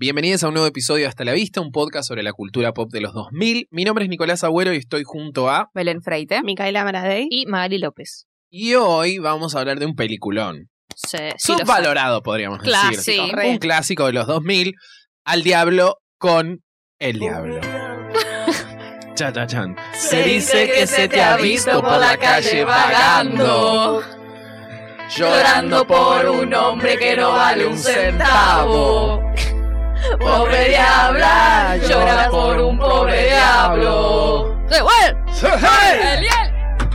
Bienvenidos a un nuevo episodio de Hasta la Vista, un podcast sobre la cultura pop de los 2000. Mi nombre es Nicolás Agüero y estoy junto a Belén Freite, Micaela Maradei y Magali López. Y hoy vamos a hablar de un peliculón. Sí, Subvalorado, podríamos decir. Sí. Un clásico de los 2000, Al Diablo con El Diablo. Cha, cha, chan. Se dice que se te ha visto por la calle vagando, llorando por un hombre que no vale un centavo. Pobre diabla, llora por un pobre diablo. ¡Eliel!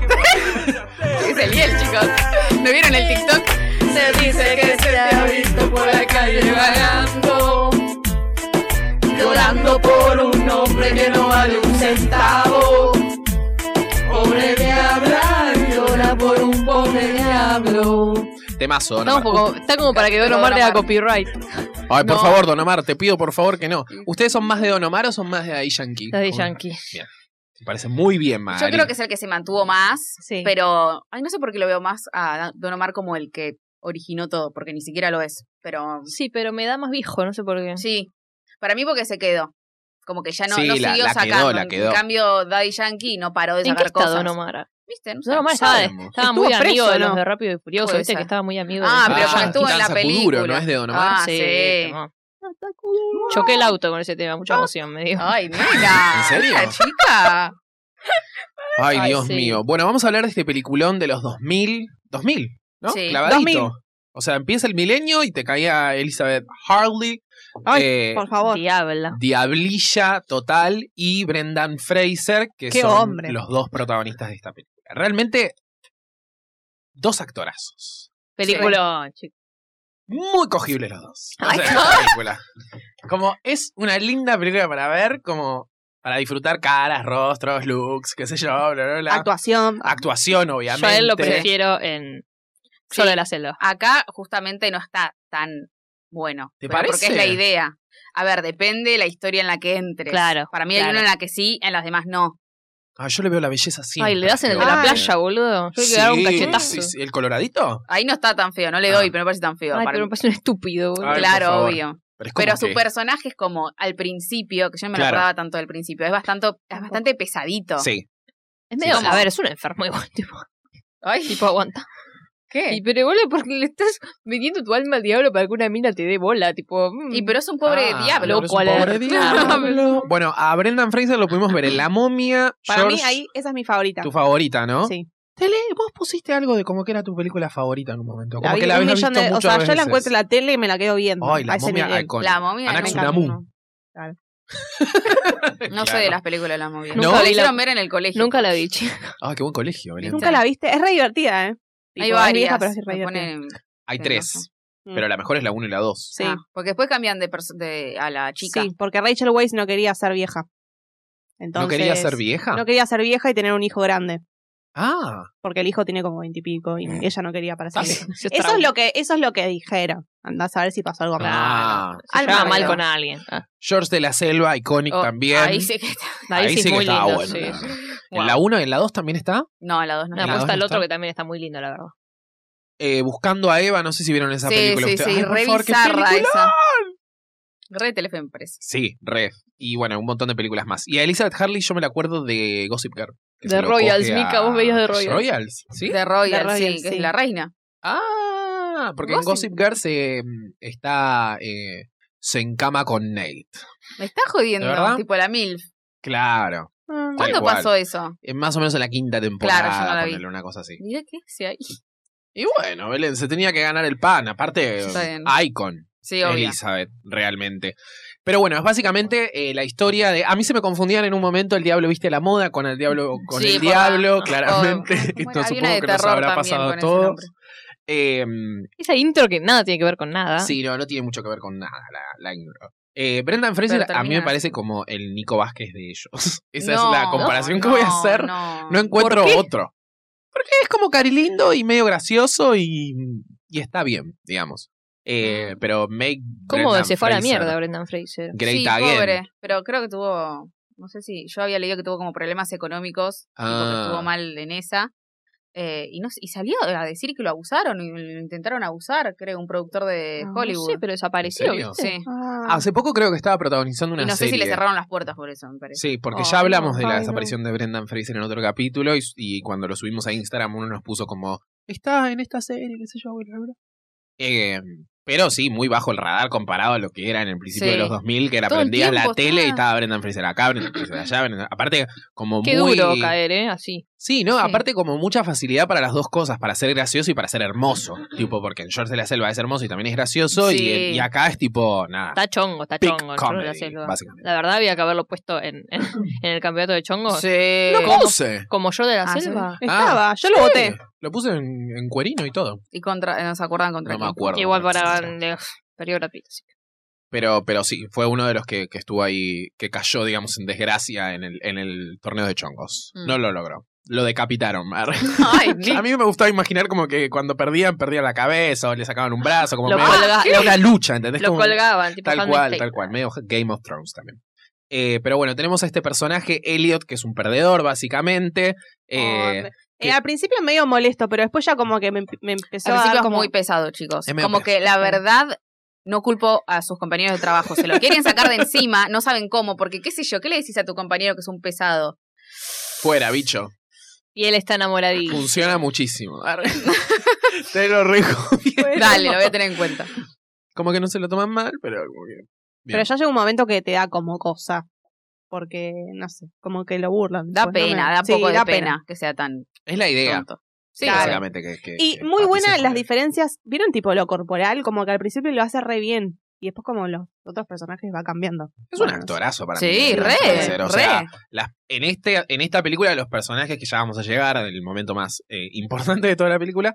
Es Eliel, chicos. ¿No vieron el TikTok? Se dice que se te ha visto por la calle vagando, llorando por un hombre que no vale un centavo. Pobre diabla, llora por un pobre diablo. Temazo, Don Omar. Está como para que Don Omar le haga copyright. Ay, por favor, Don Omar, te pido por favor que no. ¿Ustedes son más de Don Omar o son más de Daddy Yankee? Daddy Yankee. Bien. Me parece muy bien, Mari. Yo creo que es el que se mantuvo más, Sí. pero no sé por qué lo veo más a Don Omar como el que originó todo, porque ni siquiera lo es, pero Sí, pero me da más viejo, no sé por qué. sí, para mí porque se quedó, como que ya no, Sí, no la siguió quedó, sacando, la quedó. en cambio Daddy Yankee no paró de ¿En qué sacar está cosas. Don Omar? ¿Viste? No sé. Don Omar sabemos. estaba Estuvo muy amigo preso, de los ¿no? de Rápido y Furioso, Puede viste ser. que estaba muy amigo Ah, de pero Ah, porque estuvo en la Danza Kuduro, película. ¿no es de Don Omar? Ah, sí. tomá. Choqué el auto con ese tema, mucha emoción me dio. Ay, nena. ¿En serio? Mira, chica. Ay, Ay, Dios sí. mío. Bueno, vamos a hablar de este peliculón de los 2000. 2000, ¿no? Sí. Clavadito. 2000. O sea, empieza el milenio y te caía Elizabeth Harley, Ay, por favor. Diabla. Diablilla total, y Brendan Fraser, que ¡Qué son hombre! los dos protagonistas de esta película. Realmente, dos actorazos. Peliculón, chicos. Muy cogibles los dos. O Ay, sea, esta película. Como es una linda película para ver, como para disfrutar caras, rostros, looks, qué sé yo, bla, bla, bla. Actuación. Actuación, Yo obviamente. a él lo prefiero en Sí. Solo de la Selva. Acá justamente no está tan bueno. ¿Te pero Porque parece? es la idea. A ver, depende de la historia en la que entres. Claro, Para mí hay claro. una en la que sí, en las demás no. Ah, yo le veo la belleza siempre. Ay, le das en el de la Ay. playa, boludo. Yo le quiero dar un cachetazo. Sí, sí. ¿El coloradito? Ahí no está tan feo, no le doy, Ah. pero me parece tan feo. Ay, para pero me mí. parece un estúpido, boludo. Ay, por Claro, favor. obvio. Pero, es como Pero su que- personaje es como al principio, que yo no me lo Claro. acordaba tanto del principio, es bastante pesadito. Sí. Es medio, Sí. a ver, es un enfermo igual, tipo Ay, aguanta. ¿qué? Y pero boludo, porque le estás vendiendo tu alma al diablo para que una mina te dé bola, tipo. Y pero es un pobre Ah, diablo. pero es un ¿cuál es? pobre diablo. Bueno, a Brendan Fraser lo pudimos ver en La Momia. Para George, mí, ahí, esa es mi favorita. tu favorita, ¿no? Sí. Tele, vos pusiste algo de como que era tu película favorita en un momento. Como La vi que la un habías millón visto de, o muchas sea, veces. yo la encuentro en la tele y me la quedo viendo. Ay, La a ese Momia nivel. icónica. La momia me Anaxunamun. encanta. Claro. No sé de las películas de la movia. ¿No? Nunca la vi la- hicieron ver en el colegio. Nunca la vi, chica. Ay, qué buen colegio, Belén. Nunca la viste. Es re divertida, ¿eh? Hay Tipo, es varias. vieja, pero es re me divertida. ponen- Hay Tienes 3, pero la mejor es la 1 y la 2. Sí. porque después cambian a la chica. Sí, porque Rachel Weisz no quería ser vieja. Entonces, ¿No quería ser vieja? No quería ser vieja y tener un hijo grande. Ah, Porque el hijo tiene como 20 y pico y ella no quería parecer Ah, vieja. Sí, Eso es lo que dijeron. Andás a ver si pasó algo ah. Se Al lleva mareo. mal con alguien. George de la Selva, iconic Oh, también. Ahí sí que está. Ahí sí sí es que muy estaba lindo. bueno. Sí. ¿En la 1 y en la 2 también está? No, a la dos no. No, ¿En la me gusta dos el no otro está? que también está muy lindo, la verdad. Buscando a Eva, no sé si vieron esa Sí, película. sí, ustedes. sí, Ay, por re favor, qué bizarra película. esa. Re Telefe me parece. Sí, re. Y bueno, un montón de películas más. Y a Elizabeth Harley yo me la acuerdo de Gossip Girl. que De se lo Royals, coge a- Mica, vos veías de Royals. ¿Royals? ¿Sí? De Royal, De Royal, sí, que sí. es la reina. Ah, porque en Gossip Gossip. Girl se encama con Nate. Me está jodiendo, ¿De verdad? tipo la MILF. Claro. grande. ¿Cuándo cual. pasó eso? Más o menos en la quinta temporada, Claro, yo no la vi. ponerle una cosa así. Mirá qué se hay. Y bueno, Belén, se tenía que ganar el pan. Aparte, Está bien. icon. Sí, obvio. Elizabeth, realmente. Pero bueno, es básicamente la historia de... A mí se me confundían en un momento El Diablo Viste la Moda con El Diablo con Sí, El por Diablo, la- claramente. ¿cómo Esto era? Había una supongo de que nos terror habrá también pasado a con ese todos. nombre. Esa intro que nada tiene que ver con nada. Sí, no tiene mucho que ver con nada la intro. Brendan Fraser Pero a mí me termina parece así. como el Nico Vázquez de ellos. Esa No, es la comparación no, que voy a hacer. No, No encuentro ¿Por qué? otro. Porque es como carilindo y medio gracioso y está bien, digamos. Pero make ¿Cómo Brendan se fue a la Fraser mierda Brendan Fraser? Great sí, again. pobre. Pero creo que tuvo, no sé si, yo había leído que tuvo como problemas económicos y porque Ah. estuvo mal en esa. y salió a decir que lo abusaron y lo intentaron abusar, creo, un productor de Hollywood. No sé, pero desapareció. ¿En serio? ¿viste? Sí. Hace poco creo que estaba protagonizando una Y no sé serie. si le cerraron las puertas por eso, me parece. Sí, porque Oh, ya hablamos no. de la Ay, desaparición de Brendan Fraser en otro capítulo y cuando lo subimos a Instagram uno nos puso como, está en esta serie, qué sé yo, bla, bla. Pero sí, muy bajo el radar comparado a lo que era en el principio Sí. de los 2000, que era Todo el prendías la tiempo tele y estaba. estaba Brendan Fraser acá, Brendan Fraser allá, aparte como Qué muy... duro caer, así. Sí, ¿no? Sí. Aparte como mucha facilidad para las dos cosas, para ser gracioso y para ser hermoso. Tipo, porque en George de la Selva es hermoso y también es gracioso Sí. y acá es tipo, nada, Está chongo, peak el chongo de comedy, la selva. básicamente. La verdad había que haberlo puesto en el campeonato de chongos. Sí. ¡Lo puse! Como yo de la Ah, selva. Estaba, yo lo voté. Lo puse en cuerino y todo. Y no se acuerdan contra No me quién. acuerdo. Igual contra para quién. periodo gratuito. Sí. Pero sí, fue uno de los que estuvo ahí, que cayó, digamos, en desgracia en el torneo de chongos. Mm. No lo logró. Lo decapitaron. Ay, A mí me gustaba imaginar como que cuando perdían la cabeza o le sacaban un brazo, como Lo medio- colga- era una lucha, ¿entendés? Lo Como- colgaban, tipo Tal Handmaid's cual, Tale. medio Game of Thrones también. Pero bueno, tenemos a este personaje, Elliot, que es un perdedor, básicamente. Al principio medio molesto, pero después ya como que me empezó Al a principio dar es como... muy pesado, chicos. Es medio Como que la verdad, no culpo a sus compañeros de trabajo. Se lo quieren sacar de encima, no saben cómo, porque qué sé yo, ¿qué le decís a tu compañero que es un pesado? Fuera, bicho. Y él está enamoradísimo. Funciona muchísimo. Te lo recomiendo. Dale, lo voy a tener en cuenta. Como que no se lo toman mal, pero como que... Pero ya llega un momento que te da como cosa. Porque, no sé, como que lo burlan. Da después, pena, ¿no? da Sí, poco de pena que sea tan Es la idea. tonto. Sí, Claro. Básicamente Y que muy Patty buenas se las jode. diferencias. ¿Vieron tipo lo corporal? Como que al principio lo hace re bien. Y después como los otros personajes va cambiando. Es un Bueno, no sé. actorazo para Sí, mí. re, O sea, re. en esta película, los personajes que ya vamos a llegar, el momento más importante de toda la película,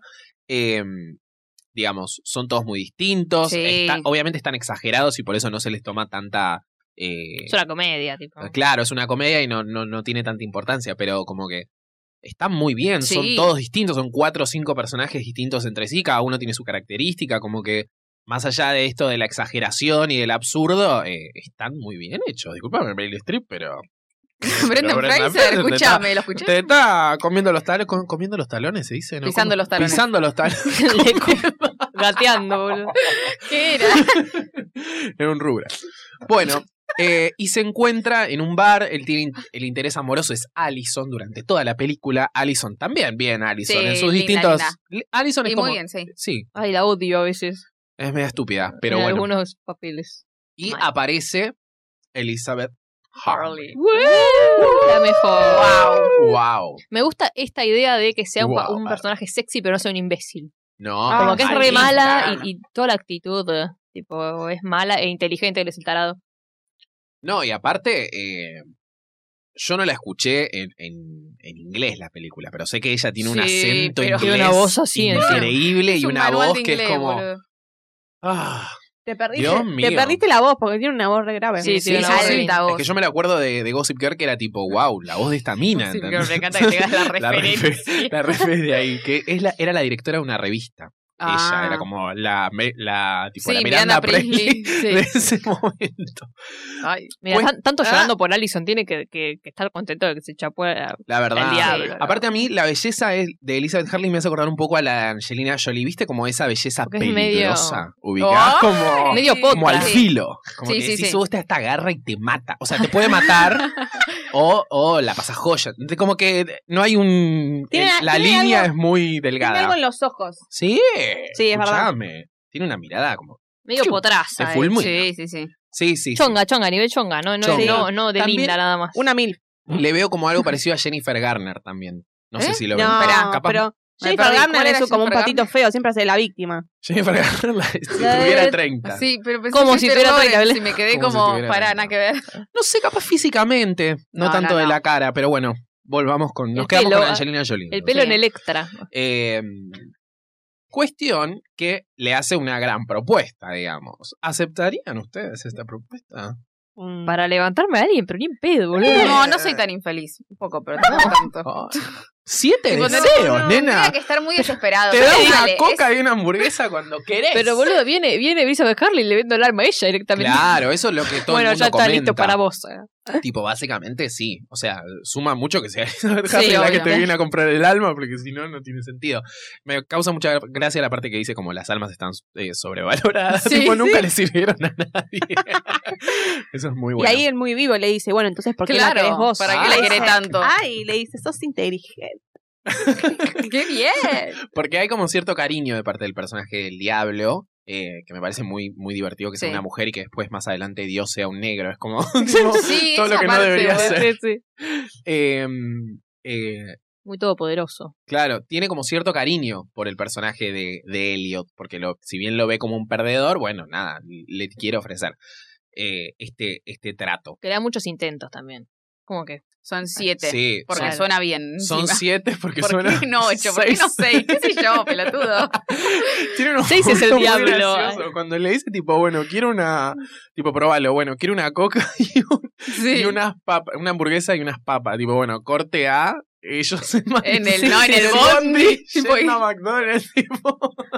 digamos, son todos muy distintos. Sí. Obviamente están exagerados y por eso no se les toma tanta... Es una comedia, tipo. Claro, es una comedia y no tiene tanta importancia, pero como que están muy bien, Sí. son todos distintos, son 4 o 5 personajes distintos entre sí, cada uno tiene su característica, como que más allá de esto de la exageración y del absurdo, están muy bien hechos. Disculpame, Meryl Streep, pero Brendan Brendan Fraser, Fraser te escúchame, ¿lo escuché? te está comiendo los talones, comiendo los talones, se dice, ¿no? Pisando ¿Cómo? los talones. Pisando los talones. Gateando, boludo. ¿Qué era? Era un rubra. Bueno, y se encuentra en un bar, él tiene el interés amoroso es Allison durante toda la película. Allison también, bien Allison, Sí, en sus linda, distintos... linda. Allison es Y como... muy bien, sí. Sí, Ay, la odio a veces. es media estúpida, pero en bueno. algunos papeles. Y mal. aparece Elizabeth Harley. La mejor. Wow. Me gusta esta idea de que sea un Wow. personaje sexy, pero no sea un imbécil. No, Como que es re Harley, mala claro. y toda la actitud, tipo, es mala e inteligente, él es el tarado. No, y aparte, yo no la escuché en inglés la película, pero sé que ella tiene un Sí, acento pero- inglés Tiene una voz así, increíble y un una manual voz de que inglés, es como... boludo. Ah, Te perdiste, Dios mío. te perdiste la voz porque tiene una voz re grave. Sí, sí, tiene sí, una voz sí. linda. Alta Es voz. que yo me la acuerdo de Gossip Girl que era tipo, wow, la voz de esta mina. Sí, ¿entendés? me encanta que te hagas la referencia. La referencia de ahí, que era la directora de una revista. Ella era como la tipo Sí, la Miranda Miranda Priestley, Presley sí. de ese momento. Ay, Mira, Pues- tanto llorando por Allison, tiene que estar contento de que se chapó a... La verdad. El diablo. Aparte a mí la belleza de Elizabeth Harley me hace acordar un poco a la de Angelina Jolie, ¿viste? Como esa belleza Porque es medio- peligrosa, ubicada ¡Oh! como, Medio Sí. como al potra. filo. Como Sí, que sí, si sí. subes esta agarra y te mata. O sea, te puede matar o la pasas joya. Entonces, como que no hay un... la tiene línea algo- es muy Tiene delgada. algo en los ojos. Sí, Sí, es verdad. escuchame. Tiene una mirada como... Medio Chu, potraza. de full moon. sí, sí, sí. Sí, sí. Chonga, nivel chonga, no de También- linda nada más. Una mil. Le veo como algo parecido a Jennifer Garner también. No sé ¿Eh? si lo No, ven. Espera, capaz- pero Me Jennifer perdí. Garner ¿Cuál era es como un Jennifer patito feo, siempre hace la víctima. Jennifer Garner si La de- tuviera 30. Sí, pero pensé Como que si Jennifer tuviera Lawrence otra que y me quedé Como si como, tuviera para, 30. nada que ver. No sé, capaz físicamente. No, No, tanto no, de no. la cara, pero bueno, volvamos con... Nos El quedamos pelo, con Angelina Jolie. El pelo Sí. en Electra. Cuestión que le hace una gran propuesta, digamos. ¿Aceptarían ustedes esta propuesta? Para levantarme a alguien, pero ni en pedo, boludo. No, no soy tan infeliz. Un poco, pero tampoco tanto. Oh, 7 Tipo, deseos, tendría nena. que estar muy desesperado. Te Pero da una dale, coca y una hamburguesa cuando querés. Pero boludo, viene Elizabeth Harley y le vendo el alma a ella directamente. Claro, eso es lo que todo Bueno, el mundo ya está comenta. listo para vos. Tipo, básicamente sí. O sea, suma mucho que sea Elizabeth Sí, Harley la que obvio. te viene a comprar el alma, porque si no, no tiene sentido. Me causa mucha gracia la parte que dice como las almas están sobrevaloradas. Sí, Tipo, nunca sí. le sirvieron a nadie. Eso es muy bueno. Y ahí el muy vivo le dice, bueno, entonces, ¿por qué la querés Claro, vos? ¿para qué la Le querés dice, tanto? Ay, le dice, sos inteligente. ¡Qué bien! Porque hay como cierto cariño de parte del personaje del diablo, que me parece muy, muy divertido que sea Sí. una mujer y que después más adelante Dios sea un negro. Es como tipo, Sí, todo lo esa que no parte, debería boludo. ser. Sí, sí. Muy todopoderoso. Claro, tiene como cierto cariño por el personaje de Elliot, porque si bien lo ve como un perdedor, bueno, nada, le quiere ofrecer este trato. Que le da muchos intentos también. ¿Cómo que? Son 7. Sí, Porque son- suena bien. Son encima. 7 porque ¿Por suena qué no 8? ¿Por qué no 6? ¿Qué sé yo, pelotudo? Tiene unos 6 es el momentos muy diablo. graciosos. Cuando le dice tipo, bueno, quiero una, tipo, probalo, bueno, quiero una coca Sí. y unas papas, una hamburguesa y unas papas, tipo, bueno, corte A, ellos en En el, no, en el bondi. Tipo, yendo a McDonald's, tipo.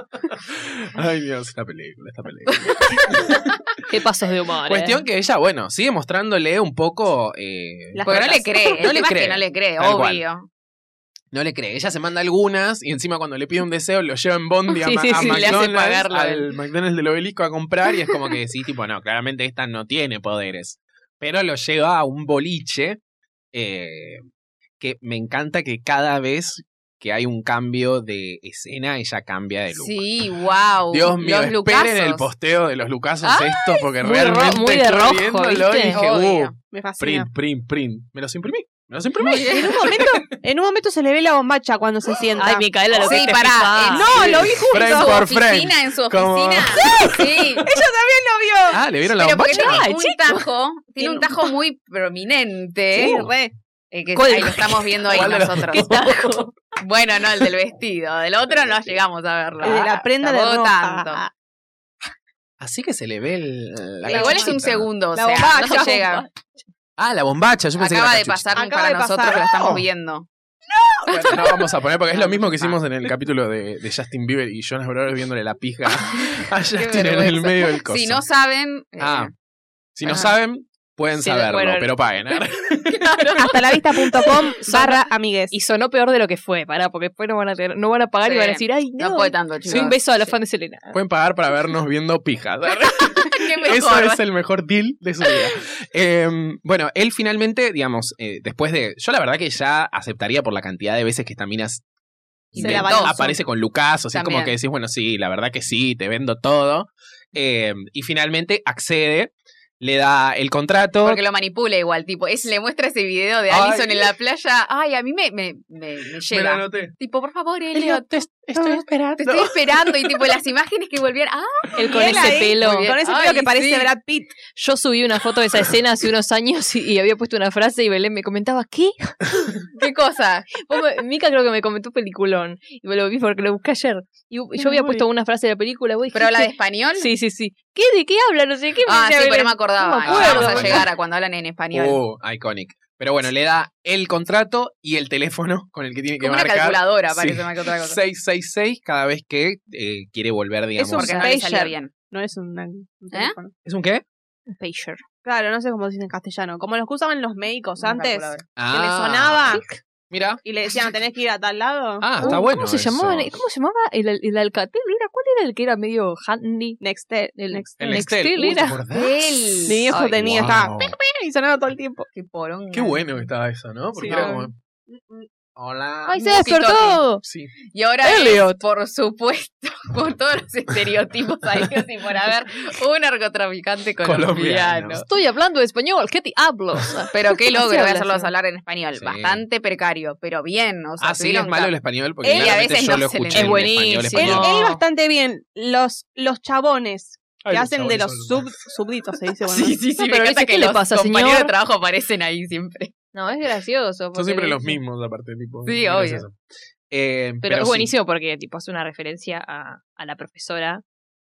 Ay, Dios, esta película. Qué pasos de humor. Cuestión que ella, bueno, sigue mostrándole un poco. Las porque no le cosas. cree. No El le tema es cree. que no le cree, Tal cual. obvio. No le cree. Ella se manda algunas y encima cuando le pide un deseo lo lleva en bondi a, Sí, sí, a sí, le hace McDonald's, pagarlo al él. McDonald's del Obelisco a comprar y es como que sí, tipo, no, claramente esta no tiene poderes. Pero lo lleva a un boliche que me encanta que cada vez que hay un cambio de escena, ella cambia de look. Sí, wow. Dios mío, Los esperen lucazos. el posteo de los lucazos Ay, esto porque muy realmente muy de estoy rojo, viéndolo ¿viste? y dije, Obvio. Me fascina. print. Me los imprimí. Muy bien. En un momento se le ve la bombacha cuando se sienta. Ay, Micaela, lo que Sí, te pará. fijás. No, lo vi justo. Frame En su por frame. oficina, en su Como- oficina. Sí. Lo vio. Ah, ¿le vieron la Pero porque bombacha? tiene Ay, un tajo, tiene un tajo muy prominente. Sí, re. Que ¿Cuál? ahí lo estamos viendo ahí ¿Cuál de los- nosotros. ¿Qué tajo? Bueno, no, el del vestido. Del otro no llegamos a verlo. El de la prenda de Tampoco ropa. tanto. Así que se le ve la Igual es un cachita. segundo, o La sea, bombacha. no se llega. Ah, la bombacha. Yo pensé Acaba que de la cachucha. pasar Acaba para de nosotros pasar. que lo estamos No. viendo. Bueno, no vamos a poner porque es lo mismo que hicimos en el capítulo de Justin Bieber y Jonas Brothers viéndole la pija a Qué Justin en el vergüenza. medio del coso. Si no saben, Si no Ajá. saben, pueden Sí, saberlo, bueno. pero paguen. Hasta-la-vista.com/amigues. Y sonó peor de lo que fue, pará, porque después no van a pagar y Sí. van a decir, ay, no. no fue tanto, chicos. Soy un beso a los fans de Selena. Pueden pagar para vernos viendo pijas. Qué mejor. Eso es el mejor deal de su vida. Bueno, él finalmente, digamos, después de... Yo la verdad que ya aceptaría por la cantidad de veces que esta mina Se la la balanzó. aparece con Lucas, o sea, es como También. que decís, bueno, sí, la verdad que sí, te vendo todo. Y finalmente accede, le da el contrato. Porque lo manipula igual, tipo, le muestra ese video de Ay. Allison en la playa. Ay, a mí me Me lo llega. anoté. Tipo, por favor, Elliot, Estoy esperando. te estoy esperando. Y tipo, las imágenes que volvían. Ah, Él con Él ese ahí, pelo. muy bien. Con ese Ay, pelo que parece sí. Brad Pitt. Yo subí una foto de esa escena hace unos años y había puesto una frase y Belén me comentaba, ¿qué? qué cosa. Mica creo que me comentó peliculón y me lo vi porque lo busqué ayer. Y yo había puesto una frase de la película. vos ¿Pero habla de dijiste- español? Sí, sí, sí. ¿Qué? ¿De qué habla? No sé qué. Ah, decía sí, pero Belén. no me acordaba. No me Ya acuerdo. vamos a llegar a cuando hablan en español. Iconic. Pero bueno, le da el contrato y el teléfono con el que tiene que Como una marcar. calculadora, Sí. parece más que otra cosa. 666 cada vez que quiere volver, digamos. un Porque no le salía Pager. bien. No es un teléfono. ¿Es un qué? Pager. Claro, no sé cómo se dice en castellano. Como los que usaban los médicos Una antes. calculadora. Que le sonaba Mira. y le decían, tenés que ir a tal lado. Ah, está bueno. ¿Cómo se eso. llamaba? ¿Cómo se llamaba? El Alcatel. ¿Cuál era el que era medio handy? Nextel. El El Nextel Nextel. era. ¿te acordás? Él. Mi viejo Ay, tenía, wow. estaba y sonaba todo el tiempo. Qué poronga. Qué bueno que estaba eso, ¿no? Porque Sí, era no. como... Hola. ¡Ay, se Un poquito despertó! Sí. Y ahora Elliot. es, por supuesto, por todos los estereotipos ahí, y por haber un narcotraficante colombiano. Colombiano. Estoy hablando español, ¿qué te hablo? Pero qué Así logro de habla, hacerlos sí. hablar en español. Sí. Bastante precario, pero bien. O sea, Ah, sí, es tuvieron malo ca- el español porque Él, y a claramente veces yo no lo se le escuché en entiende. español, Es buenísimo. español. Él bastante bien. Los chabones Ay, que los hacen de los chabones son- súbditos, se dice. Bueno, Sí, sí, sí, No, me pero encanta dice, que ¿qué le los pasa, compañeros señor? de trabajo aparecen ahí siempre. No, es gracioso. Son porque siempre le los dice- mismos, aparte, tipo. Sí, es obvio. gracioso. Pero es sí. buenísimo porque tipo hace una referencia a la profesora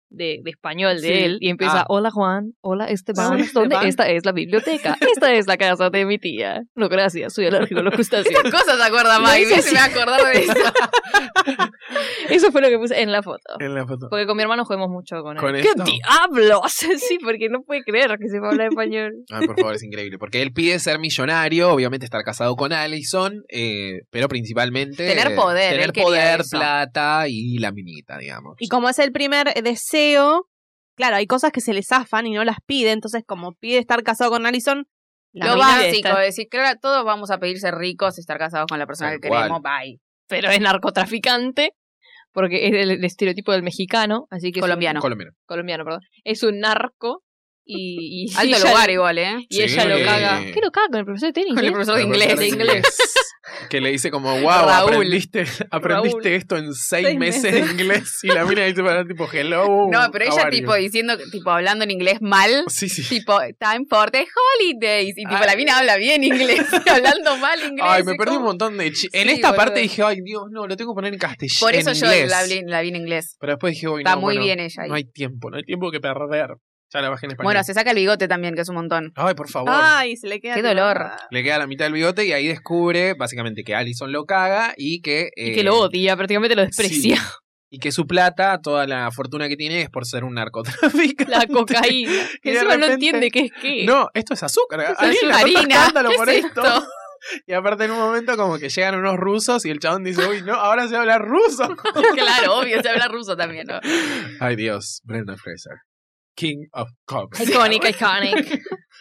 de español de Sí. él y empieza, Ah. hola Juan, hola Esteban, Hola, ¿dónde? Esteban. Esta es la biblioteca, esta es la casa de mi tía. No, gracias, soy alérgico a los crustáceos. Estas cosas se acuerda Lo Mike. hice Se me va a acordar de eso. Eso fue lo que puse en la foto. En la foto. Porque con mi hermano jugamos mucho con él. ¿Con ¿Qué esto? diablos? Sí, porque no puede creer que se va a hablar español. Ay, por favor, es increíble. Porque él pide ser millonario, obviamente estar casado con Allison, pero principalmente... Tener poder, Tener él quería poder, eso. plata y la minita, digamos. Y como es el primer deseo, claro, hay cosas que se le zafan y no las pide. Entonces, como pide estar casado con Allison, la Lo mina básico, está- decir, claro, todos vamos a pedir ser ricos y estar casados con la persona Tal que cual. queremos. Bye. Pero es narcotraficante, porque es el estereotipo del mexicano, así que Colombiano. Colombiano. colombiano, perdón. Es un narco y Alto ella- lugar igual, ¿eh? Y ella Sí. lo caga. ¿Qué lo caga con el profesor de tenis? Con el eh? profesor de El inglés. profesor de Que le dice como, wow, Raúl. aprendiste Raúl. esto en 6 6 meses de inglés. Y la mina dice para tipo, hello. No, pero how ella are you? tipo diciendo, tipo hablando en inglés mal. Sí, sí. Tipo, time for the holidays. Y tipo, Ay. la mina habla bien inglés, hablando mal inglés. Ay, me y perdí un como- montón de... En Sí, esta boludo. parte dije, ay, Dios, no, lo tengo que poner en castellano. Por eso en yo inglés. la vi en inglés. Pero después dije, uy, Está no, muy bueno, bien ella ahí. No hay tiempo que perder. Ya la bajé en español. Bueno, se saca el bigote también, que es un montón. Ay, por favor. Ay, se le queda. Qué dolor. Le queda la mitad del bigote y ahí descubre básicamente que Allison lo caga y que... Y que lo odia, prácticamente lo desprecia. Y que su plata, toda la fortuna que tiene es por ser un narcotraficante. La cocaína. Y Que de encima no repente- entiende qué es qué. No, esto es azúcar. Es Alguien le hace harina. escándalo ¿Qué por es esto. esto? Y aparte en un momento como que llegan unos rusos y el chabón dice, uy, no, ahora se habla ruso. Claro, obvio, se habla ruso también, ¿no? Ay, Dios, Brenda Fraser. King of Comedy. Iconic.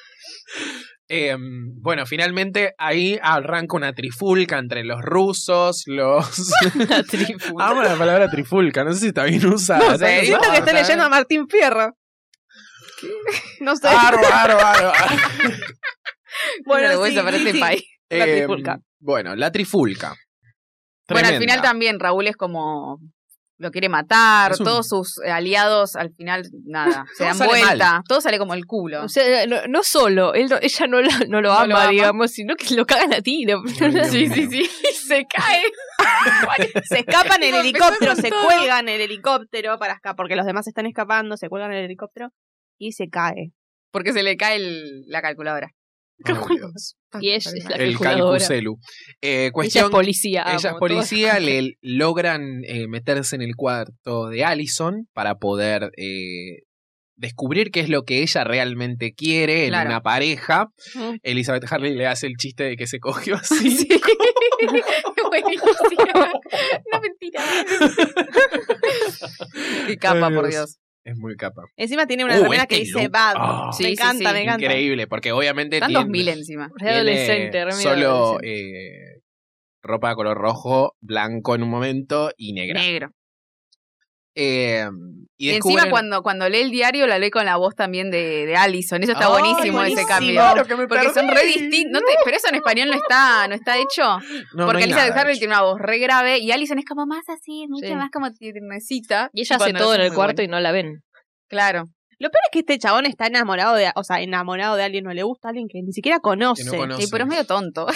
Bueno, finalmente ahí arranca una trifulca entre los rusos, los... La trifulca. Amo la palabra trifulca, no sé si está bien usada. No sé, siento que estoy leyendo a Martín Fierro. No sé. Aro. Bueno, sí, vergüenza para sí, este sí. país. La trifulca. Bueno, la trifulca. Bueno, al Tremenda. final también Raúl es como... Lo quiere matar, Es un- todos sus aliados al final, nada, se Todo dan sale vuelta, mal. todo sale como el culo. O sea, no solo, ella no lo ama, lo ama. digamos, sino que lo cagan a tiro. Dios Sí, mío. sí, se cae. Se escapan en el Tipo, helicóptero, empezó se con todo. cuelgan en el helicóptero para escapar, porque los demás están escapando, se cuelgan en el helicóptero y se cae. Porque se le cae la calculadora. Ay, Dios. Y ella es la El calculadora. calcucelu. Ella Cuestión, es policía. ella es amo, policía, le logran meterse en el cuarto de Allison para poder descubrir qué es lo que ella realmente quiere Claro. en una pareja. Mm. Elizabeth Harley le hace el chiste de que se cogió así. Sí. Buenísimo. No, mentira. Qué capa, Ay, por Dios. Dios. Es muy capa. Encima tiene una remera que dice look. bad. Ah, Sí, me sí, todo, sí. me encanta. increíble, porque obviamente Están tiene, 2000 encima. Re adolescente, tiene re medio solo adolescente. ropa de color rojo, blanco en un momento y negra. Negro. Y Y encima descubren- cuando lee el diario la lee con la voz también de Allison. Eso está Ay, buenísimo, ese buenísimo. cambio. Claro que me Porque son perdí. re distintos. Pero eso en español no está hecho. No, Porque no hay Elizabeth nada. Harley tiene una voz re grave y Allison es como más así, mucho Sí. más como tiernecita. Y ella hace todo en el cuarto y no la ven. Claro. Lo peor es que este chabón está enamorado de, o sea, enamorado de alguien, no le gusta a alguien que ni siquiera conoce. Que no conoce. Sí, pero es medio tonto.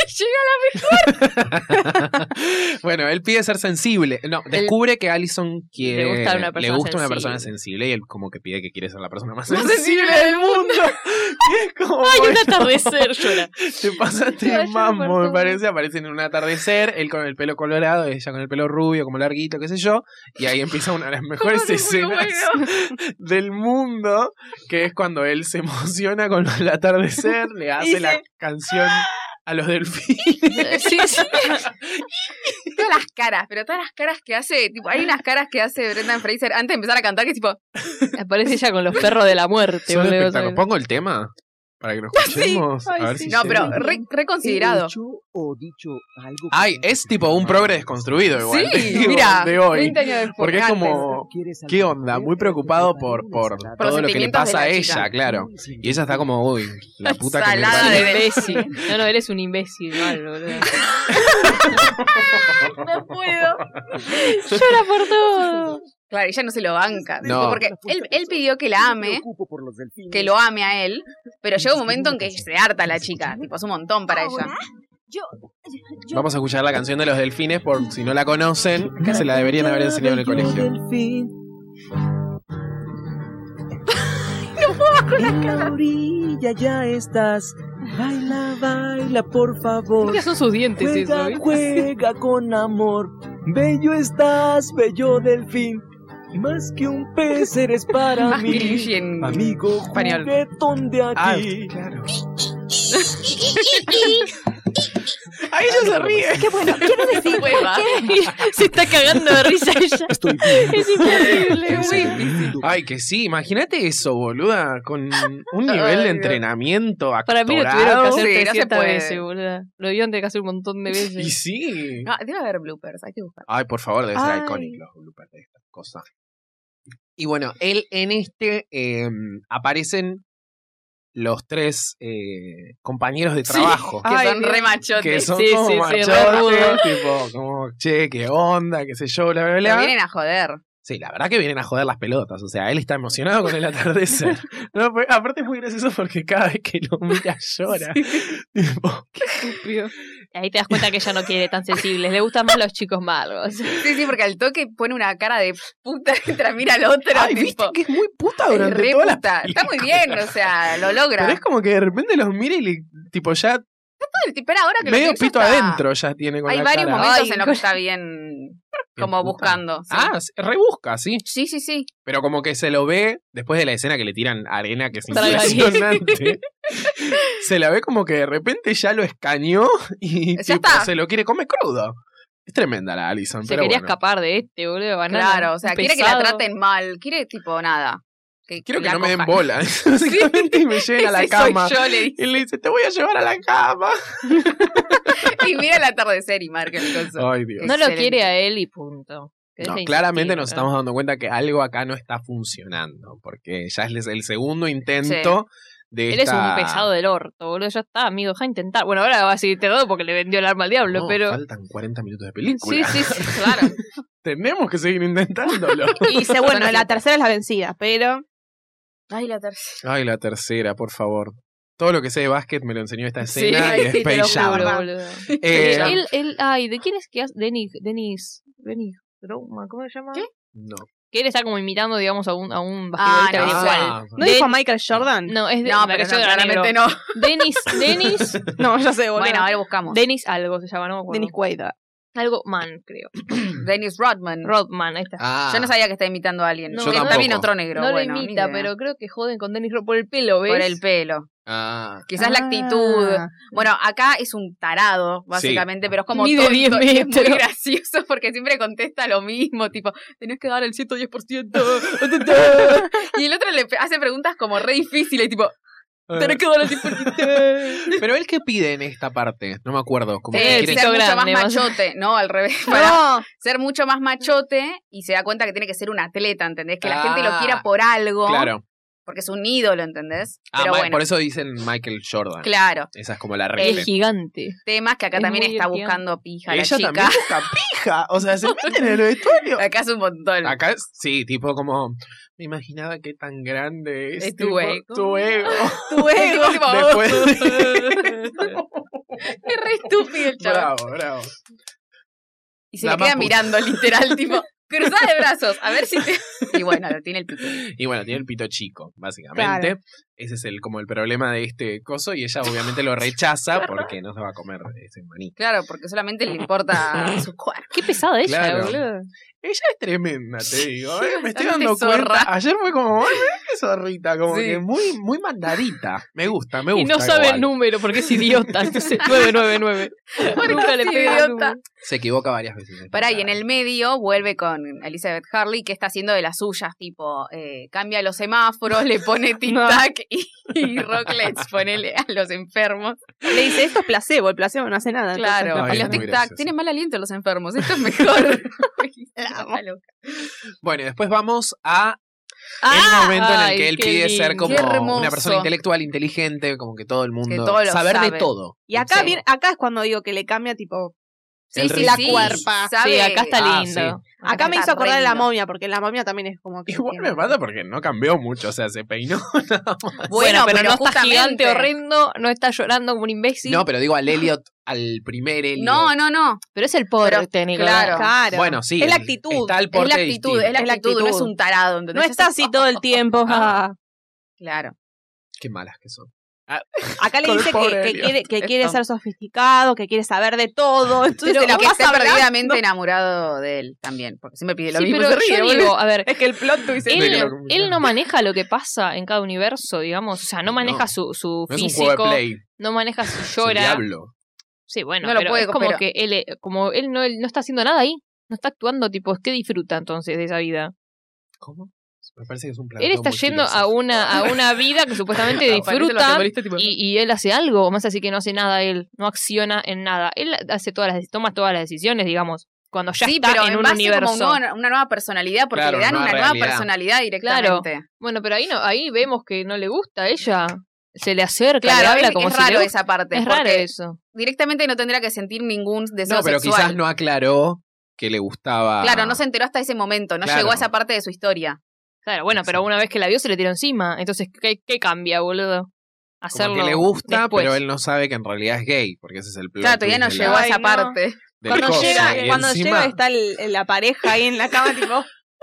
Bueno, él pide ser sensible. No, descubre que Allison quiere. Le gusta una persona una sensible. persona sensible y él como que pide que quiere ser la persona más Más sensible sensible del mundo. Y es como, ¡Ay, un bueno, atardecer! Llora. te pasaste Ay, de yo mambo, no me me parece. Aparecen en un atardecer, él con el pelo colorado, ella con el pelo rubio, como larguito, qué sé yo. Y ahí empieza una de las mejores Muy escenas del mundo, que es cuando él se emociona con el atardecer, le hace Dice, la canción a los delfines. Sí, sí. Todas las caras, pero todas las caras que hace, tipo, hay unas caras que hace Brendan Fraser antes de empezar a cantar que es tipo, Aparece ella con los perros de la muerte. Son boludo, espectaculares. ¿sabes? ¿Pongo el tema? Para que lo escuchemos. Ay, a ver sí. si no, llega. pero reconsiderado. Hecho o dicho algo. Ay, es tipo un progre desconstruido igual. Sí, digo, mira, de hoy. 20 años después. Porque es antes. como, ¿qué onda? Muy preocupado por los todo lo que le sentimientos pasa a de la ella, chica. claro. Y ella está como, uy, la puta que me Salada parió. de Imbécil. No, él es un imbécil, mal, boludo. No puedo. Llora por todo. Claro, ella no se lo banca. No. Tipo, porque él pidió que la ame, que lo ame a él, pero llega un momento en que se harta la chica. Tipo, es un montón para ella. Vamos a escuchar la canción de los delfines por si no la conocen, que se la deberían haber enseñado en el colegio. En la orilla ya estás. Baila, baila, por favor. Ya son sus dientes eso, Juega, ¿viste? juega con amor. Bello estás, bello delfín. Más que un pez eres para Más mí. Grilli en Amigo español. juguetón de aquí. Claro. Ahí ella se ríe. Qué bueno, quiero decir. Se está cagando de risa ella. Estoy bien. Es imposible, Estoy boludo. bien. Ay, que sí, imagínate eso, boluda, con un nivel Ay, de Dios. entrenamiento Para mí lo tuvieron que actorado. hacer Sí, no se 300 puede. veces, boludo. Lo debían tener que hacer un montón de Y veces. sí. Ah, debe haber bloopers, hay que buscar. Ay, por favor, debe ser Ay. icónico los bloopers de estas cosas. Y bueno, él en aparecen los 3 compañeros de trabajo. Que Ay, son Dios. re machotes. Que son Sí, como sí, sí, machotes, re rudos. tipo, como, che, qué onda, qué sé yo, bla, bla, Lo bla. vienen a joder. Sí, la verdad que vienen a joder las pelotas. O sea, él está emocionado con el atardecer. No, pues, aparte es muy gracioso porque cada vez que lo mira llora. Tipo, Estúpido. Y ahí te das cuenta que ella no quiere tan sensibles. Le gustan más los chicos malos. Sí, sí, porque al toque pone una cara de puta mientras mira al otro. ay, tipo, viste que es muy puta es durante re toda la puta. Está muy bien, o sea, lo logra. Pero es como que de repente los mira y le, tipo ya Espera, ahora que lo medio pienso, pito está- adentro ya tiene con Hay la varios cara. momentos Ay, en los que está bien como puta. buscando. Sí. Ah, rebusca, sí. Sí, sí, sí. Pero como que se lo ve después de la escena que le tiran arena, que es Tragadís. impresionante. Se la ve como que de repente ya lo escañó y Ya tipo, está. se lo quiere comer crudo. Es tremenda la Alison, Se pero quería bueno. escapar de este, boludo. Banana. Claro, o sea, quiere que la Pesado. traten mal. Quiere, tipo, nada. Quiero que la no me den cojan. bola. Básicamente y me lleven a la Ese soy cama. yo, le dice. Y le dice, te voy a llevar a la cama. Y mira el atardecer y marca el coso. Ay, Dios. No lo Excelente. quiere a él y punto. Que No, deje de claramente insistir, nos ¿no? estamos dando cuenta que algo acá no está funcionando. Porque ya es el segundo intento de Él esta... es un pesado del orto, boludo. Ya está, amigo, deja de intentar. Bueno, ahora va a seguir todo porque le vendió el arma al diablo, No, pero. faltan 40 minutos de Sí, película. sí, sí. Claro. Tenemos que seguir intentándolo. Y dice, bueno, la tercera es la vencida, pero. Ay, la tercera. Ay, la tercera, por favor. Todo lo que sé de básquet me lo enseñó esta Sí, escena y de sí, te lo Space juro, Jam. boludo. Eh, Ay, ¿de quién es que hace? Denis Rodman, ¿cómo se llama? ¿Qué? no. Que él está como imitando, digamos, a un no, basquetbolista sí. igual. ¿No dijo Michael Jordan? No, es de No, Michael pero no, Jordan, claramente negro. no. Denis, No, ya sé, boludo. Bueno, a ver, buscamos. Denis algo se llama, no me acuerdo. Dennis Quaid. Algo Man, creo. Dennis Rodman. Rodman, ahí está. Ah, Yo no sabía que está imitando a alguien. No, yo Está tampoco. bien otro negro. No bueno, lo ni imita, idea. pero creo que joden con Dennis Rodman por el pelo, ¿ves? Por el pelo. Ah, Quizás la actitud. Bueno, acá es un tarado, básicamente, pero es como Mide tonto 10 y es muy metros. gracioso porque siempre contesta lo mismo, tipo, tenés que dar el 110%. Y el otro le hace preguntas como re difíciles, tipo, tenés que dar el 100%. Pero él qué pide en esta parte, no me acuerdo. Como que Sí, quiere- ser mucho grande, más más- machote, no, al revés. Para No, ser mucho más machote y se da cuenta que tiene que ser un atleta, ¿entendés? Que la gente lo Ah, quiera por algo, Claro. porque es un ídolo, ¿entendés? Ah, Pero bueno, por eso dicen Michael Jordan. claro, Esa es como la Es regla. gigante. temas que acá Es también muy está divertido. buscando pija la Ella chica. también busca pija. O sea, se meten en el vestuario. Acá es un montón. Acá sí, tipo como me imaginaba qué tan grande es Es tu tipo, ego. tu ego. tu ego. Tipo, Después Es re estúpido el chaval. bravo, bravo. Y se La le queda más puta. mirando literal, tipo, cruzada de brazos, a ver si te... Y bueno, lo tiene el pito. Y bueno, tiene el pito chico, básicamente. Ese es como el problema de este coso. Y ella obviamente lo rechaza porque no se va a comer ese maní. Claro, porque solamente le importa su cuerpo. Qué pesada ella, Claro. boludo. Ella es tremenda, te digo. Me estoy Bastante dando zorra. cuenta. Ayer fue como, ay, mirá qué zorrita. Como Sí. que muy mandadita. Me gusta, me Y gusta. no sabe igual. el número porque es idiota. Entonces, 999. Nunca le es pega el idiota. número. Se equivoca varias veces. Pará, y en el medio vuelve con Elizabeth Hurley, que está haciendo de las suyas, tipo, cambia los semáforos, le pone tic-tac y rocklets, ponele a los enfermos. Le dice, esto es placebo, el placebo no hace nada. Claro, Ay, y es los muy tic-tac, gracioso. tienen mal aliento los enfermos, esto es mejor. amo. Está loca. Bueno, y después vamos a el momento en el Ay, que él qué pide ser lindo. como Qué hermoso. una persona intelectual, inteligente, como que todo el mundo todo lo saber sabe. de todo. Y acá, Sí. acá es cuando digo que le cambia, tipo. Sí, El sí, ritmo. sí, cuerpa. sabe- Sí, acá está Ah, lindo. sí. Acá me está hizo acordar re de la lindo. momia, porque la momia también es como que. Igual me mata porque no cambió mucho, o sea, se peinó nada más. Bueno, pero no está justamente- gigante, horrendo, no está llorando como un imbécil. No, pero digo al Elliot, al primer Elliot. No. pero es el porte, Pero, Nicolás. claro. Claro. Bueno, sí. Es la el- actitud. Está el Es porte la actitud, distinto. es la Es la actitud, no es actitud. un tarado. ¿entendés? No está así todo el tiempo. Ah. ah. Claro. Qué malas que son. Acá le Con el dice pobre que Elliot. quiere ser sofisticado, que quiere saber de todo. Entonces Pero se la que esté pasa hablando. perdidamente enamorado de él también. Porque siempre pide lo Sí, mismo. pero Se ríe, yo boludo. digo, a ver, Es que el plot twist es él no maneja lo que pasa en cada universo, digamos. O sea, no maneja su No es un físico, juego de Play. no maneja si Es el llora. diablo. Sí, bueno, No lo pero puede, es como pero- que él no está haciendo nada ahí. No está actuando, tipo, ¿qué disfruta entonces de esa vida? ¿Cómo? Me parece que es un plan. Él está yendo a una vida que supuestamente disfruta y él hace algo, más así que no hace nada él, no acciona en nada. Él toma todas las decisiones, digamos, cuando ya Sí, está pero en en un base universo. como una nueva personalidad, porque Claro, le dan una una nueva nueva realidad. personalidad directamente. Bueno, pero ahí vemos que no le gusta a ella. Se le acerca, le Claro, habla es como si raro le esa parte. Es raro porque eso. directamente no tendría que sentir ningún deseo No, pero sexual. quizás no aclaró que le gustaba. Claro, no se enteró hasta ese momento, no Claro. llegó a esa parte de su historia. Claro, bueno, pero Exacto. una vez que la vio se le tiró encima. Entonces, ¿qué cambia, boludo? Hacerlo Como que le gusta, después. pero él no sabe que en realidad es gay, porque ese es el plot Claro, todavía no twist de llegó a la- esa Ay, no. parte. del Cuando coso. llega, Y cuando encima, llega está la pareja ahí en la cama, tipo,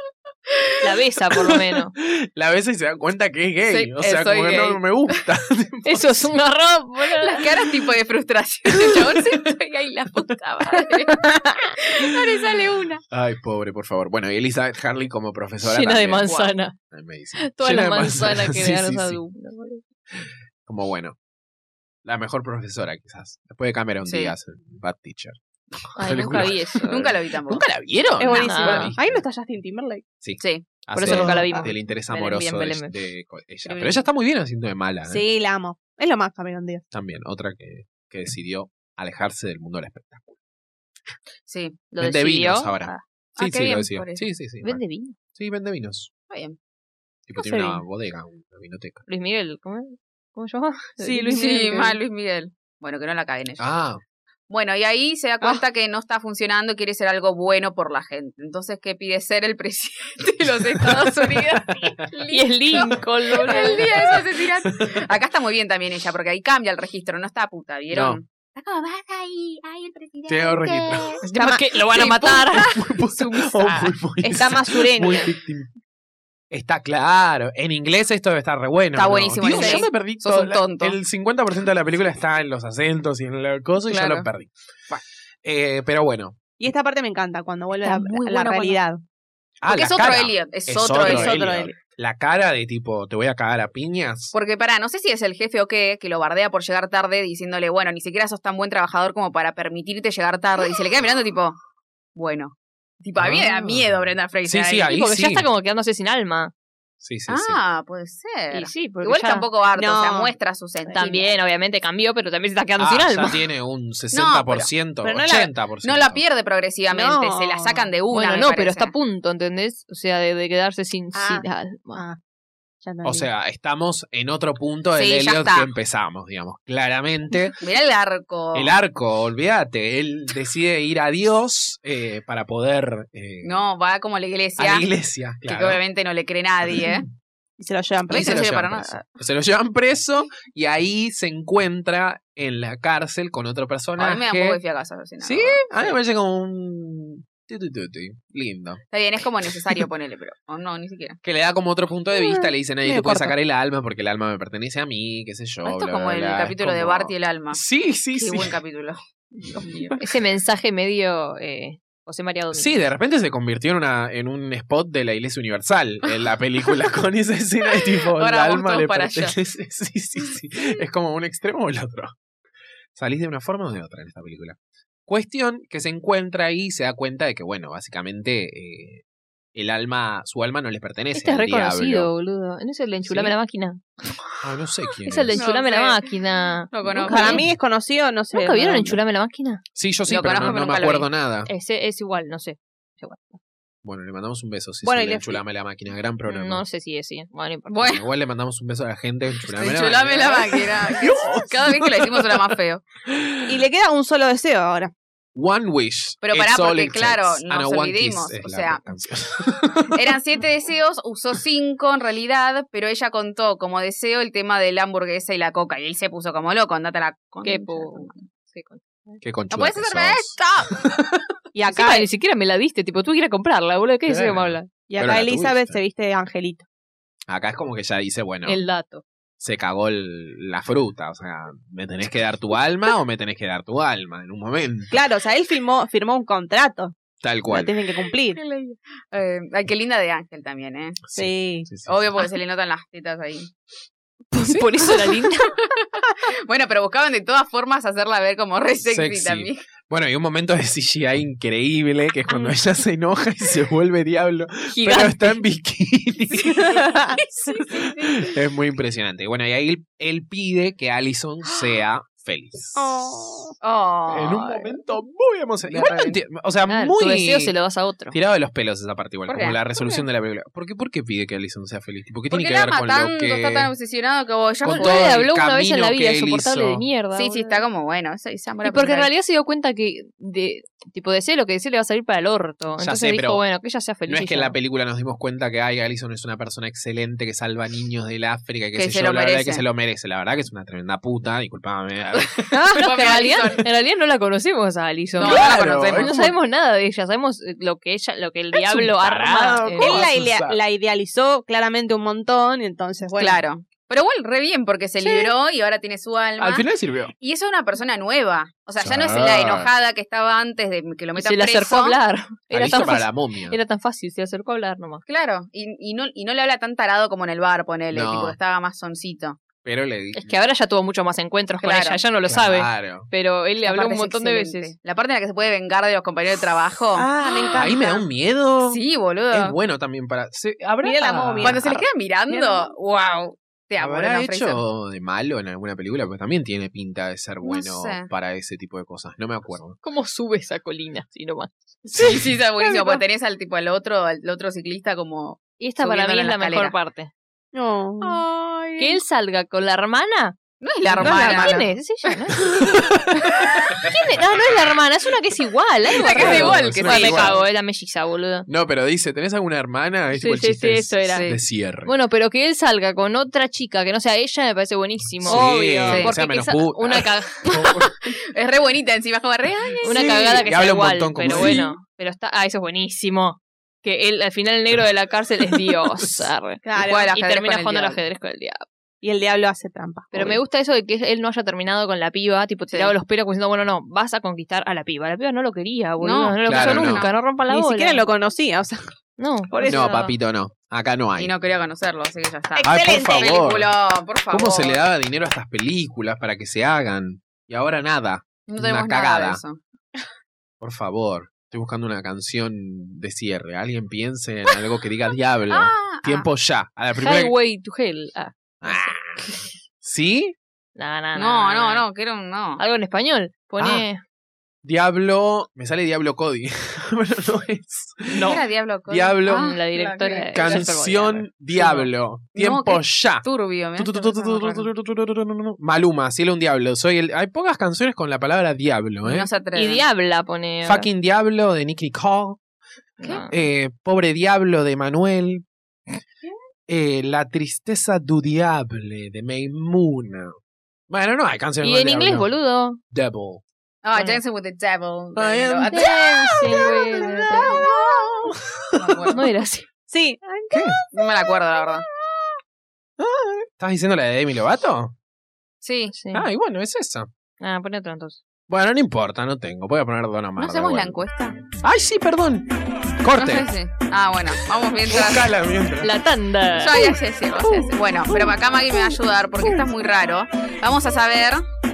La besa, por lo menos. la besa y se da cuenta que es gay. Sí, o sea, soy como que gay. no me gusta. Eso es un error, boludo. Las caras tipo de frustración. El chabón se estoy ahí, la puta madre. No le sale una. Ay, pobre, por favor. Bueno, y Elizabeth Harley como profesora Llena de también. manzana. En medicina. Toda Llena la de manzana que sí, le dan sí, los sí. alumnos, boludo. Como bueno. La mejor profesora, quizás. Después de Cameron Sí. Díaz, Bad Teacher. Ay, Película. nunca vi eso. Nunca lo vi tampoco. ¿Nunca la vieron? es buenísimo. Ah. Ahí no está Justin Timberlake. Sí. Sí. Por Hace eso nunca la vimos. Del interés Belén, amoroso bien, de Belén. ella. Pero ella está muy bien haciendo de mala. ¿eh? Sí, la amo. Es lo más Cameron Díaz. También, otra que decidió alejarse del mundo del espectáculo. Sí. Lo Vende decidió. vinos ahora. Ah, Sí, qué sí, bien lo decidió. por eso. Sí, sí, sí. ¿Vende vino? Sí, vende vinos. Está bien. Tipo, No tiene sé una vino. bodega, una vinoteca. Luis Miguel, ¿cómo se llama? Sí, Luis Sí, Miguel. mal Luis Miguel. Bueno, que no la caguen ellos. Ah, Bueno, y ahí se da cuenta que no está funcionando y quiere ser algo bueno por la gente. Entonces, ¿qué pide ser el presidente de los Estados Unidos? Y es Lincoln, El boludo. día de su asesinato. Acá está muy bien también ella, porque ahí cambia el registro, no está puta, ¿vieron? Está como más ahí, el presidente. tiene un registro. Tema que lo van a matar. Está más sureña. Muy víctima. Está claro. En inglés esto debe estar re bueno. Está ¿no? buenísimo en Dios, inglés. yo me perdí Sos todo. un tonto. El 50% de la película está en los acentos y en el coso y Claro. yo lo perdí. Pero bueno. Y esta parte me encanta, cuando vuelve Está a muy la bueno realidad. Porque la es otro cara. Elliot, es Es otro otro Elliot. Elliot. La cara de tipo, te voy a cagar a piñas. Porque no sé si es el jefe o qué, que lo bardea por llegar tarde diciéndole, bueno, ni siquiera sos tan buen trabajador como para permitirte llegar tarde. Y se le queda mirando tipo, bueno. Tipo, a mí me da miedo Brenda Fraser. Sí, sí, ahí Porque sí. ya está como quedándose sin alma. Sí, sí, sí. Ah, puede ser. Y sí, porque Igual ya tampoco harto, No. o sea, muestra su sentimiento. también, obviamente, cambió, pero también se está quedando Ah, sin ya alma. tiene un 60%, pero no la- 80%. No la pierde progresivamente, No. se la sacan de una. Bueno, me no, pero parece. está a punto, ¿entendés? O sea, de quedarse sin alma. Ah, ya O sea, estamos en otro punto del Sí, ya Elliot está. que empezamos, digamos. Claramente. Mirá el arco. El arco, olvídate. Él decide ir a Dios para poder. No, va como a la a iglesia. la iglesia. Que Claro. obviamente no le cree nadie. ¿eh? Y se lo llevan Y preso. se no lo sirve llevan para preso. Se lo llevan preso y ahí se encuentra en la cárcel con otro personaje. A mí me da un poco de fiacazo. Así, ¿Sí? A mí me parece como un. Lindo. Está bien, es como necesario ponerle, pero no, ni siquiera. Que le da como otro punto de vista, le dice nadie medio te puede corto. sacar el alma porque el alma me pertenece a mí, qué sé yo. Esto es bla, como bla, el bla. capítulo Es de como- Bart y el alma. Sí, sí, Qué sí. buen capítulo. Dios mío. Ese mensaje medio José María Domínguez. Sí, de repente se convirtió en un spot de la Iglesia Universal en la película con esa escena de tipo Ahora el vamos alma todos le para allá. pertenece. Sí, sí, sí. Es como un extremo o el otro. Salís de una forma o de otra en esta película. Cuestión que se encuentra ahí y se da cuenta de que, bueno, básicamente su alma no le pertenece Este es al reconocido, diablo. boludo. ¿No es el de Enchulame ¿Sí? la máquina? Ah, no sé quién Es el de es. No Enchulame la sé. máquina. No conozco. Para mí es conocido, no sé. ¿Nunca vieron no. Enchulame la máquina? Sí, yo sí, Lo pero conozco, no pero me nunca lo acuerdo nada. Es igual, no sé. Bueno, le mandamos un beso. Si Bueno, bueno, y le- Enchulame la máquina, gran programa. No sé si es, sí. Bueno, no importa. Bueno, Igual le mandamos un beso a la gente. Enchulame enchulame la máquina. Cada vez que la decimos suena más feo. Y le queda un solo deseo ahora. One Wish. Pero It's pará, all porque it claro, takes. nos One olvidemos, Kiss es o la sea, canción. Eran 7 deseos, usó 5 en realidad, pero ella contó como deseo el tema de la hamburguesa y la coca. Y él se puso como loco, andate a la Qué concha. pu- qué con- Qué ¡No conchuda puedes que hacerme sos. esto! Y acá, Encima ni siquiera me la diste, tipo, tú quieres comprarla, boludo. ¿Qué dices que me habla? y Pero acá la Elizabeth tuviste. se viste de angelito. Acá es como que ya dice, bueno, El dato. se cagó la fruta. O sea, ¿me tenés que dar tu alma o me tenés que dar tu alma en un momento? Claro, o sea, él firmó un contrato. Tal cual. Lo tienen que cumplir. Ay, qué linda de Ángel también, ¿eh? Sí. Obvio porque se le notan las tetas ahí. ¿Sí? Por eso era linda. Bueno, pero buscaban de todas formas hacerla ver como re sexy también. Bueno, y un momento de CGI increíble, que es cuando ella se enoja y se vuelve diablo, Gigante. pero está en bikini. Sí. Es muy impresionante. Y bueno, y ahí él pide que Allison sea feliz. Oh. En un momento muy emocionante. Igual no entiendo, o sea, Claro, muy tu deseo se lo das a otro. tirado de los pelos esa parte igual, ¿Por como qué? la resolución de la película. ¿Por qué pide que Allison sea feliz? Tipo, ¿qué Porque tiene que la ver con ama tanto, lo que... está tan obsesionado que vos ya con fue. todo Le el habló una vez en la camino vida, que él insoportable hizo? de mierda. Sí, está como bueno. Ese amor Y a porque en primera realidad se dio cuenta que desee lo que desee le va a salir para el orto. Entonces sé, dijo, pero bueno, que ella sea feliz. No es y que en ya. la película nos dimos cuenta que Allison es una persona excelente que salva niños del África y que Que sé se yo, lo la verdad merece. que se lo merece. La verdad que es una tremenda puta, disculpame. No, que en realidad no la conocemos a Alison. No, Claro, no la conocemos. No sabemos nada de ella, sabemos lo que el diablo un arma. tarado, Él ¿cómo vas a usar? la idealizó claramente un montón, y entonces, bueno. Claro. Pero igual, re bien, porque se libró y ahora tiene su alma. Al final sirvió. Y es una persona nueva. O sea, ya no es Sí. la enojada que estaba antes de que lo metan Se le preso. acercó a hablar. Era Listo tan, para fácil, la momia. era tan fácil, se acercó a hablar nomás. Claro. Y no le habla tan tarado como en el bar, ponele. No. Tipo, estaba más soncito. Pero le dije. Es que ahora ya tuvo muchos más encuentros con Claro. ella, ella no lo sabe. Claro. Pero él le Esa habló parte un es montón de excelente. veces. La parte en la que se puede vengar de los compañeros de trabajo. Ah, me encanta. Ahí me da un miedo. Sí, boludo. Es bueno también para... ¿Habrá... Mira la momia. Cuando se les queda Mira. mirando, wow. Te amo, ¿Habrá Brendan Fraser. hecho de malo en alguna película? Pues también tiene pinta de ser bueno sé. para ese tipo de cosas. No me acuerdo. ¿Cómo sube esa colina? Sí, nomás. Sí, está buenísimo. Porque tenés al tipo al otro ciclista como. Y esta para mí Subiéndola es en la la mejor escalera. parte. No. Ay. Que él salga con la hermana. No es la No es la hermana. hermana. ¿Quién es? Es ella, ¿no? ¿Quién es? No es la hermana, es una que es igual. Algo Una que es raro. igual, es que una Ah, me igual. cago, es la melliza, boludo. No, pero dice, ¿tenés alguna hermana? Es Sí, tipo el sí, chiste sí, eso era. de cierre. Bueno, pero que él salga con otra chica que no sea ella me parece buenísimo. Sí, Obvio. que Porque sea menos esa- puta. Es re bonita encima, es como re. ay, una Sí, cagada y que sea habla un igual. montón como Pero sí. bueno, pero está. Ah, eso es buenísimo. Que él, al final, el negro de la cárcel es Dios. Arre. Claro. Y juega al Y ajedrez termina con el jugando al diablo. ajedrez con el diablo. Y el diablo hace trampa. Pero obvio. me gusta eso de que él no haya terminado con la piba, tipo tirado los pelos, como diciendo, bueno, no, vas a conquistar a la piba. La piba no lo quería, boludo. No, No, lo claro, quiso no. nunca, no rompan la Ni bola. siquiera lo conocía, o sea. No, Por eso. No, papito, no. Acá no hay. Y no quería conocerlo, así que ya está. Ay, por Excelente. favor. Película, por favor. ¿Cómo se le daba dinero a estas películas para que se hagan? Y ahora nada. No tenemos una nada cagada. de eso. Por favor. Estoy buscando una canción de cierre. Alguien piense en algo que diga diablo. Tiempo ya. A la primera... Highway to Hell. Ah, ¿Sí? No, quiero un no. Algo en español. Pone. Diablo... Me sale Diablo Cody. Pero no es. No. ¿Era Diablo Cody? Diablo. La directora. de- Canción Diablo. Tiempo qué ya. Turbio, me hace raro. Maluma, cielo un diablo. Soy el. Hay pocas canciones con la palabra diablo, ¿eh? No se atreve. Y Diabla pone. Fucking Diablo de Nicky Nicole. No. Pobre Diablo de Manuel. La tristeza du diable de Maimuna. Bueno, no hay canciones Y con en inglés, diablo. boludo. Devil. Ah, Bueno. Dancing with the Devil. I am Ah, Dancing with the devil. no me acuerdo. No era así. Sí. No me la acuerdo, la verdad. ¿Estás diciendo la de Demi Lovato? Sí. Sí. Ah, y bueno, es esa. Ah, pone otro entonces. Bueno, no importa, no tengo. Voy a poner Don Omar. ¿No hacemos la encuesta? Ay, sí, perdón. Corte. No sé si. Ah, bueno, vamos mientras. Búscala mientras. La tanda. Ya sé decirlo, sé decirlo. Bueno, pero acá Maggie me va a ayudar porque esto es muy raro. Vamos a saber.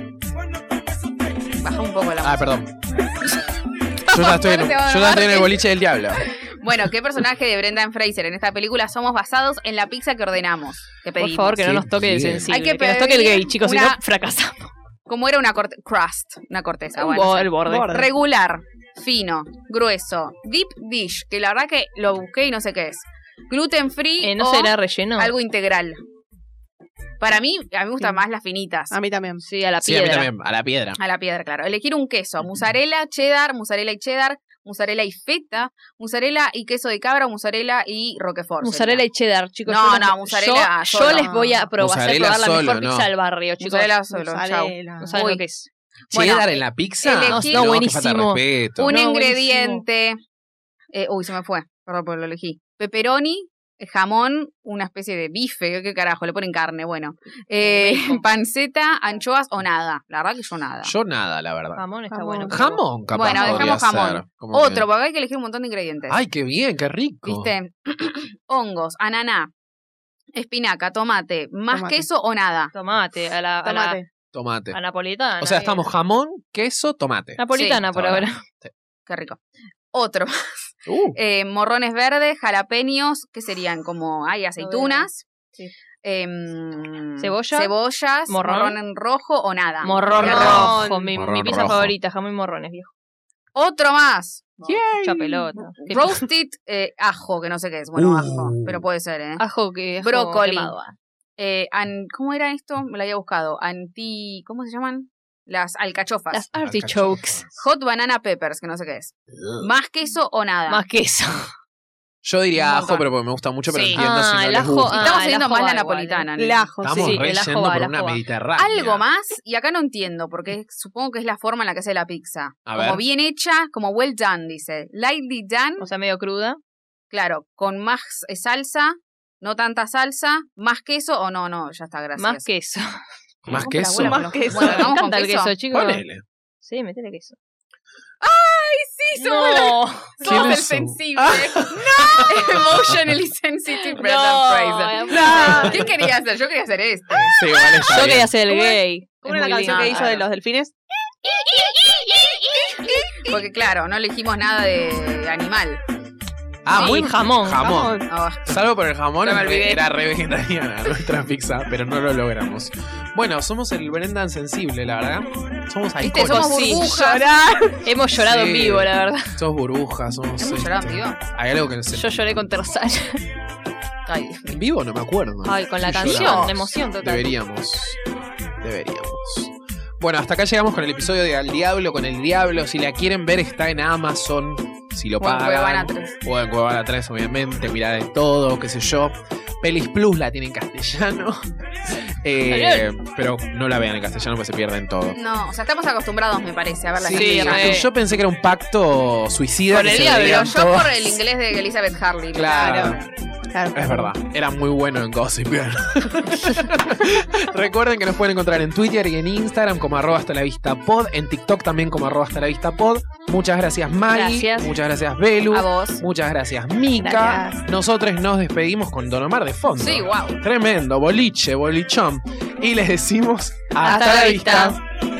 Baja un poco la Ah, música. perdón. Yo ya estoy en el boliche del diablo. Bueno, ¿qué personaje de Brendan Fraser en esta película somos basados en la pizza que ordenamos? Que Por pedimos. favor, que no Qué nos toque el bien. sensible. Hay que Que nos toque el pedir gay, chicos, si no una- fracasamos. Como era una crust, una corteza. Un Bueno, bo- el borde. regular, fino, grueso, deep dish, que la verdad que lo busqué y no sé qué es. Gluten free ¿No o será relleno? algo integral. Para mí, a mí me gustan Sí. más las finitas. A mí también. Sí, a la Sí, a mí piedra. también. A la piedra. A la piedra, claro. Elegir un queso. Mozzarella, cheddar, mozzarella y cheddar, mozzarella y feta, mozzarella y queso de cabra, mozzarella y roquefort. Mozzarella y cheddar, chicos. No, Yo no, las- mozzarella Yo solo. les voy a probar, hacer Mozzarella probar la solo, mejor no. pizza del barrio, chicos. Mozzarella solo, chau. Mozzarella. No saben Uy. lo que es. Bueno, ¿Cheddar en la pizza? elegí- No, qué falta de buenísimo. respeto. Un No, ingrediente. Uy, se me fue. Perdón, porque lo elegí. Pepperoni, jamón, una especie de bife, ¿qué carajo? Le ponen carne, bueno. Panceta, anchoas o nada. La verdad que yo nada. Yo nada, la verdad. Jamón está bueno. Jamón, capaz. Bueno, dejamos jamón. Ser, Otro, porque hay que elegir un montón de ingredientes. Ay, qué bien, qué rico. ¿Viste? Hongos, ananá, espinaca, tomate, más queso o nada. Tomate, Tomate. a napolitana. O sea, estamos jamón, queso, tomate. Napolitana Sí, por ahora. Sí. Qué rico. Otro. Morrones verdes, jalapeños, que serían como, hay aceitunas. Sí. Cebollas, morrón en rojo o nada. Morrón rojo, mi pizza rojo. favorita, jamón y morrones, viejo. Otro más. Mucha pelota. Roasted ajo, que no sé qué es. Bueno, ajo, pero puede ser, ¿eh? Ajo Brócoli. quemado. ¿Cómo era esto? Me lo había buscado. ¿Cómo se llaman? Las alcachofas. Las artichokes. Hot banana peppers, que no sé qué es. Más queso o nada. Más queso. Yo diría Un ajo, montón. pero porque me gusta mucho, pero Sí. entiendo si no el les ajo, gusta. Estamos el haciendo ajo más la va napolitana. El ajo, Estamos sí, re el ajo yendo va, por el una ajo va. mediterránea. Algo más, y acá no entiendo, porque supongo que es la forma en la que hace la pizza. A Como ver. bien hecha, como well done, dice. Lightly done, O sea, medio cruda. claro, con más salsa, no tanta salsa, más queso o no, ya está, gracias. Más queso. Más ¿Cómo que la queso. abuela con Más los- queso. Bueno, Me vamos con encanta el queso, chicos. Ponele. Sí, metele queso. Sí, somos No. somos el ¿Quiénes son? sensible. ¡No! Emotionally sensitive Brendan Fraser. ¿Qué quería hacer? Yo quería hacer este. Sí, vale, está Yo bien. quería ser el ¿Cómo es? gay. ¿Cómo Es era la muy canción que lindo. hizo de los delfines? Porque claro, no elegimos nada de animal. Ah, Sí, muy jamón. Jamón. Oh, Salvo por el jamón, Ya me olvidé. era re vegetariana nuestra pizza, pero no lo logramos. Bueno, somos el Brendan sensible, la verdad. Somos ¿Viste? alcohólicos. Somos Sí, burbujas. Hemos llorado Sí. en vivo, la verdad. Somos burbujas, somos... ¿Hemos llorado en vivo? Hay algo que no sé. Yo lloré con Terzal. Ay, En vivo no me acuerdo. Ay, con la Sí, canción, lloramos. de emoción total. Deberíamos. Bueno, hasta acá llegamos con el episodio de Al Diablo con el Diablo. Si la quieren ver, está en Amazon. Si lo O en pagan. Cuevana 3. O en Cuevana 3, obviamente. Mirá de todo, qué sé yo. Pelis Plus la tiene en castellano. Pero no la vean en castellano porque se pierden todo. No, o sea, estamos acostumbrados, me parece, a ver la Sí, Sí, re. yo pensé que era un pacto suicida. Con que el se diablo, veían Yo todos. por el inglés de Elizabeth Harley. Claro. Claro. Es verdad, era muy bueno en Gossip Girl. Recuerden que nos pueden encontrar en Twitter y en Instagram como @hastalavistapod, en TikTok también como @hastalavistapod. Muchas gracias Maggie, Gracias. muchas gracias Belu, A vos. muchas gracias Mika. Gracias. Nosotros nos despedimos con Don Omar de fondo. Sí, wow. Tremendo, boliche, bolichón. Y les decimos hasta, Hasta la la vista. vista.